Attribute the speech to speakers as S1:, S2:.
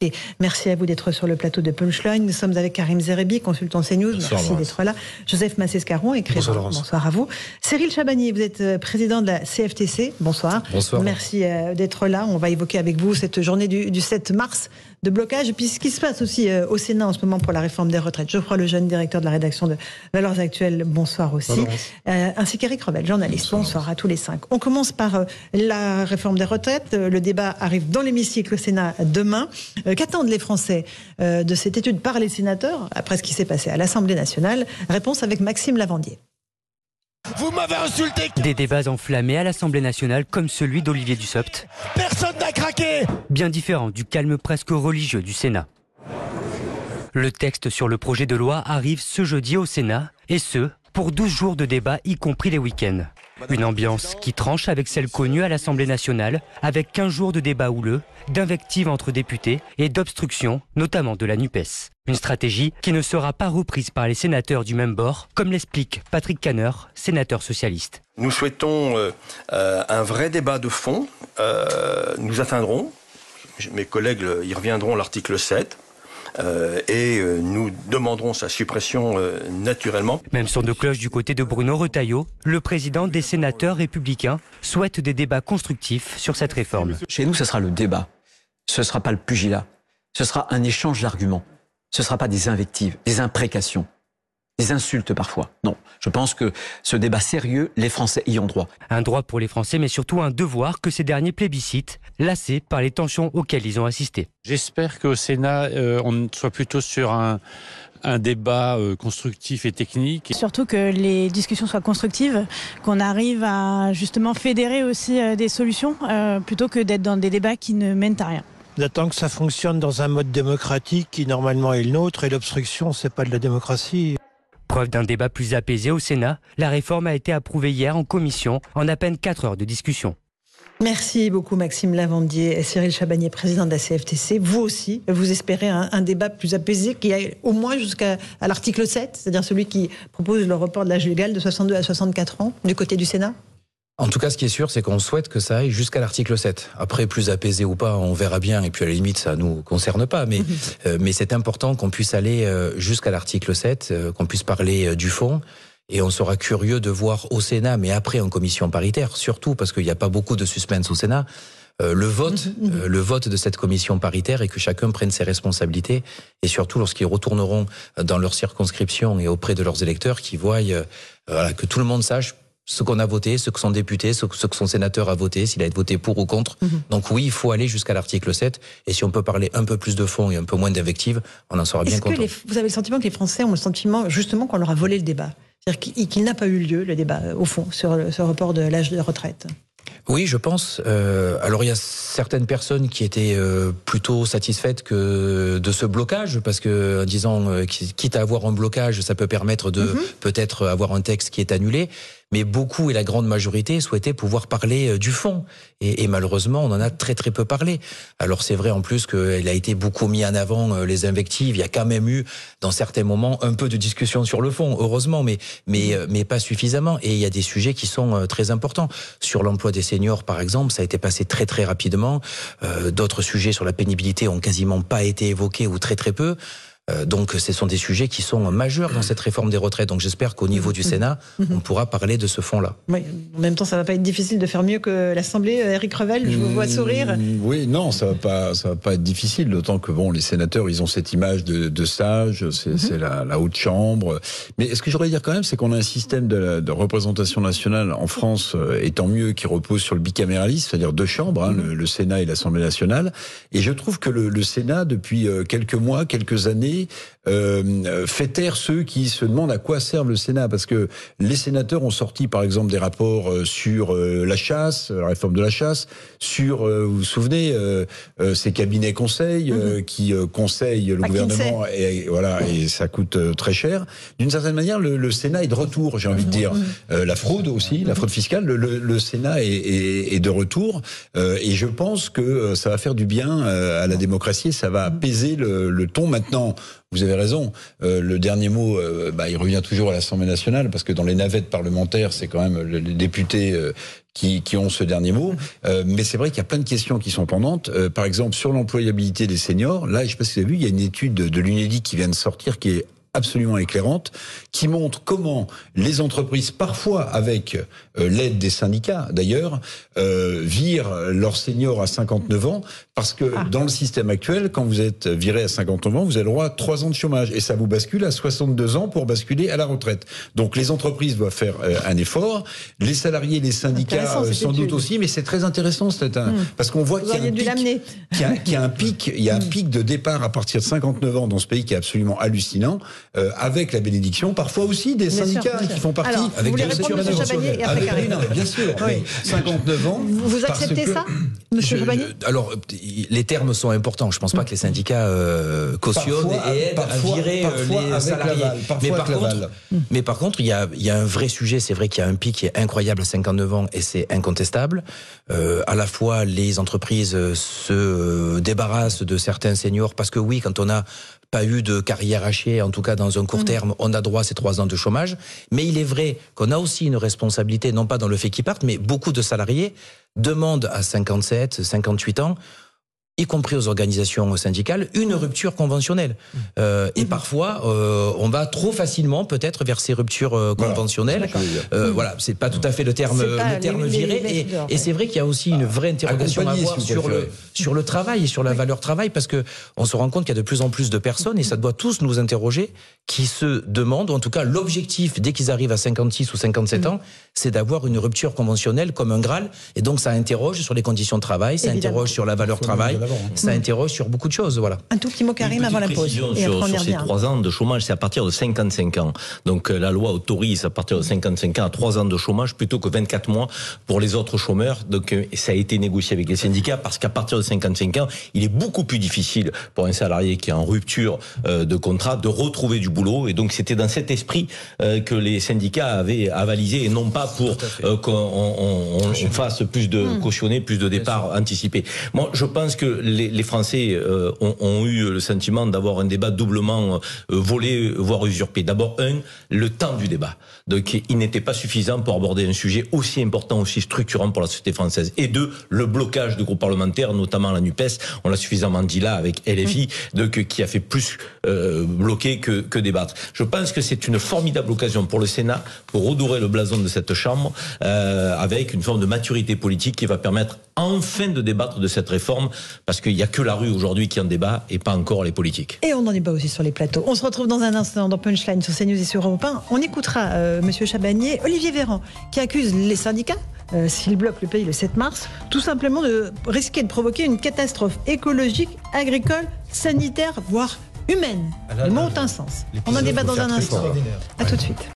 S1: Et merci à vous d'être sur le plateau de Punchline. Nous sommes avec Karim Zerebi, consultant CNews.
S2: Bonsoir,
S1: merci d'être là. Joseph Massescaron, écrivain. Bonsoir à vous. Cyril Chabagnier, vous êtes président de la CFTC. Bonsoir.
S2: Bonsoir.
S1: Merci d'être là. On va évoquer avec vous cette journée du 7 mars de blocage. Et puis ce qui se passe aussi au Sénat en ce moment pour la réforme des retraites. Geoffroy Lejeune, directeur de la rédaction de Valeurs Actuelles. Bonsoir aussi. Ainsi qu'Éric Revel, journaliste. Bonsoir à tous les 5. On commence par la réforme des retraites. Le débat arrive dans l'hémicycle au Sénat demain. Qu'attendent les Français de cette étude par les sénateurs après ce qui s'est passé à l'Assemblée nationale? Réponse avec Maxime Lavandier.
S3: Vous m'avez insulté.
S4: Des débats enflammés à l'Assemblée nationale comme celui d'Olivier Dussopt.
S3: Personne n'a craqué.
S4: Bien différent du calme presque religieux du Sénat. Le texte sur le projet de loi arrive ce jeudi au Sénat, et ce, pour 12 jours de débat, y compris les week-ends. Une ambiance qui tranche avec celle connue à l'Assemblée nationale, avec 15 jours de débat houleux, d'invectives entre députés et d'obstruction, notamment de la NUPES. Une stratégie qui ne sera pas reprise par les sénateurs du même bord, comme l'explique Patrick Kanner, sénateur socialiste.
S5: Nous souhaitons un vrai débat de fond. Nous atteindrons, mes collègues y reviendront, l'article 7. Nous demanderons sa suppression naturellement.
S4: Même son de cloche du côté de Bruno Retailleau, le président des sénateurs républicains souhaite des débats constructifs sur cette réforme.
S6: Chez nous, ce sera le débat. Ce ne sera pas le pugilat. Ce sera un échange d'arguments. Ce ne sera pas des invectives, des imprécations, des insultes parfois. Non, je pense que ce débat sérieux, les Français y ont droit. Un droit pour les Français, mais surtout un devoir que ces derniers plébiscitent, lassés par les tensions auxquelles ils ont assisté.
S7: J'espère qu'au Sénat, on soit plutôt sur un débat constructif et technique.
S8: Surtout que les discussions soient constructives, qu'on arrive à justement fédérer aussi des solutions, plutôt que d'être dans des débats qui ne mènent à rien.
S9: D'attendre que ça fonctionne dans un mode démocratique qui normalement est le nôtre, et l'obstruction, c'est pas de la démocratie.
S4: Preuve d'un débat plus apaisé au Sénat, la réforme a été approuvée hier en commission en à peine 4 heures de discussion.
S1: Merci beaucoup Maxime Lavandier et Cyril Chabagnier, président de la CFTC. Vous aussi, vous espérez un débat plus apaisé qui aille au moins jusqu'à l'article 7, c'est-à-dire celui qui propose le report de l'âge légal de 62 à 64 ans du côté du Sénat?
S2: En tout cas, ce qui est sûr, c'est qu'on souhaite que ça aille jusqu'à l'article 7. Après, plus apaisé ou pas, on verra bien. Et puis, à la limite, ça nous concerne pas. Mais c'est important qu'on puisse aller jusqu'à l'article 7, qu'on puisse parler du fond. Et on sera curieux de voir au Sénat, mais après en commission paritaire, surtout parce qu'il n'y a pas beaucoup de suspense au Sénat, le vote de cette commission paritaire, et que chacun prenne ses responsabilités. Et surtout, lorsqu'ils retourneront dans leur circonscription et auprès de leurs électeurs, qu'ils voient que tout le monde sache ce qu'on a voté, ce que son député, ce que son sénateur a voté, s'il a été voté pour ou contre. Donc oui, il faut aller jusqu'à l'article 7. Et si on peut parler un peu plus de fond et un peu moins d'invectives, on en sera bien content.
S1: Vous avez le sentiment que les Français ont le sentiment justement qu'on leur a volé le débat? C'est-à-dire qu'il n'a pas eu lieu, le débat, au fond, sur ce report de l'âge de retraite?
S2: Oui, je pense. Alors, il y a certaines personnes qui étaient plutôt satisfaites de ce blocage, parce que, en disant, quitte à avoir un blocage, ça peut permettre de peut-être avoir un texte qui est annulé. Mais beaucoup, et la grande majorité, souhaitaient pouvoir parler du fond. Et malheureusement, on en a très très peu parlé. Alors c'est vrai en plus qu'il a été beaucoup mis en avant, les invectives. Il y a quand même eu, dans certains moments, un peu de discussion sur le fond, heureusement, mais pas suffisamment. Et il y a des sujets qui sont très importants. Sur l'emploi des seniors, par exemple, ça a été passé très très rapidement. D'autres sujets sur la pénibilité ont quasiment pas été évoqués, ou très très peu. Donc ce sont des sujets qui sont majeurs dans cette réforme des retraites. Donc j'espère qu'au niveau du Sénat, on pourra parler de ce fond-là.
S1: Oui, en même temps, ça va pas être difficile de faire mieux que l'Assemblée. Éric Revel, je vous vois sourire.
S10: Oui, non, ça va pas être difficile, d'autant que bon, les sénateurs, ils ont cette image de sage, c'est la haute chambre. Mais ce que j'aurais à dire quand même, c'est qu'on a un système de représentation nationale en France, et tant mieux, qui repose sur le bicaméralisme, c'est-à-dire 2 chambres, le Sénat et l'Assemblée nationale. Et je trouve que le Sénat, depuis quelques mois, quelques années, fait taire ceux qui se demandent à quoi serve le Sénat, parce que les sénateurs ont sorti par exemple des rapports sur la chasse, la réforme de la chasse, sur, vous vous souvenez, ces cabinets conseils qui conseillent le gouvernement, et ça coûte très cher. D'une certaine manière, le Sénat est de retour, j'ai envie de dire. La fraude aussi, la fraude fiscale, le Sénat est de retour, et je pense que ça va faire du bien à la démocratie, ça va apaiser le ton. Maintenant, vous avez raison. Le dernier mot, il revient toujours à l'Assemblée nationale, parce que dans les navettes parlementaires, c'est quand même les députés qui ont ce dernier mot. Mais c'est vrai qu'il y a plein de questions qui sont pendantes. Par exemple, sur l'employabilité des seniors, là, je ne sais pas si vous avez vu, il y a une étude de l'UNEDIC qui vient de sortir, qui est absolument éclairante, qui montre comment les entreprises, parfois avec l'aide des syndicats d'ailleurs, virent leurs seniors à 59 ans, parce que dans le système actuel, quand vous êtes viré à 59 ans, vous avez le droit à 3 ans de chômage, et ça vous bascule à 62 ans pour basculer à la retraite. Donc les entreprises doivent faire un effort, les salariés, les syndicats sans doute aussi, mais c'est très intéressant, parce qu'on voit qu'il y a un pic, il y a un pic de départ à partir de 59 ans dans ce pays qui est absolument hallucinant, avec la bénédiction parfois aussi des syndicats qui font partie.
S1: Alors,
S10: avec
S1: vous voulez répondre, M. Chabagnier, et après Karim.
S10: Bien sûr, oui. 59 ans.
S1: Vous acceptez ça, M. Chabagnier?
S2: Alors, les termes sont importants. Je ne pense pas que les syndicats cautionnent et aident à virer les salariés. Mais par contre, il y a un vrai sujet. C'est vrai qu'il y a un pic qui est incroyable à 59 ans, et c'est incontestable. À la fois, les entreprises se débarrassent de certains seniors, parce que oui, quand on n'a pas eu de carrière hachée, en tout cas dans un court terme, on a droit à ces 3 ans de chômage. Mais il est vrai qu'on a aussi une responsabilité, non pas dans le fait qu'ils partent, mais beaucoup de salariés demandent à 57, 58 ans, y compris aux organisations syndicales, une rupture conventionnelle. Et parfois, on va trop facilement peut-être vers ces ruptures conventionnelles. Voilà, c'est pas tout à fait le terme viré. Et c'est vrai qu'il y a aussi une vraie interrogation à avoir sur le travail et sur la valeur travail, parce que on se rend compte qu'il y a de plus en plus de personnes, et ça doit tous nous interroger, qui se demandent, ou en tout cas l'objectif dès qu'ils arrivent à 56 ou 57 ans, c'est d'avoir une rupture conventionnelle comme un Graal. Et donc ça interroge sur les conditions de travail, ça interroge sur la valeur travail, ça interroge sur beaucoup de choses. Voilà.
S1: Un tout petit mot, Karim, avant la pause. Et
S11: sur ces 3 ans de chômage, c'est à partir de 55 ans. Donc la loi autorise à partir de 55 ans à 3 ans de chômage plutôt que 24 mois pour les autres chômeurs. Donc ça a été négocié avec les syndicats, parce qu'à partir de 55 ans, il est beaucoup plus difficile pour un salarié qui est en rupture de contrat de retrouver du boulot. Et donc c'était dans cet esprit que les syndicats avaient avalisé, et non pas pour qu'on fasse plus de cautionner, plus de départs anticipés. Moi, je pense que les Français ont eu le sentiment d'avoir un débat doublement volé, voire usurpé. D'abord, le temps du débat. Donc, il n'était pas suffisant pour aborder un sujet aussi important, aussi structurant pour la société française. Et 2, le blocage du groupe parlementaire, notamment la NUPES. On l'a suffisamment dit là avec LFI, qui a fait plus bloquer que débattre. Je pense que c'est une formidable occasion pour le Sénat pour redorer le blason de cette Chambre avec une forme de maturité politique qui va permettre enfin de débattre de cette réforme, parce qu'il n'y a que la rue aujourd'hui qui en débat et pas encore les politiques.
S1: Et on en débat aussi sur les plateaux. On se retrouve dans un instant dans Punchline sur CNews et sur Europe 1. On écoutera Monsieur Chabagnier, Olivier Véran, qui accuse les syndicats, s'ils bloquent le pays le 7 mars, tout simplement de risquer de provoquer une catastrophe écologique, agricole, sanitaire, voire humaine. Les mots ont un sens. On en débat dans un instant. À tout de suite.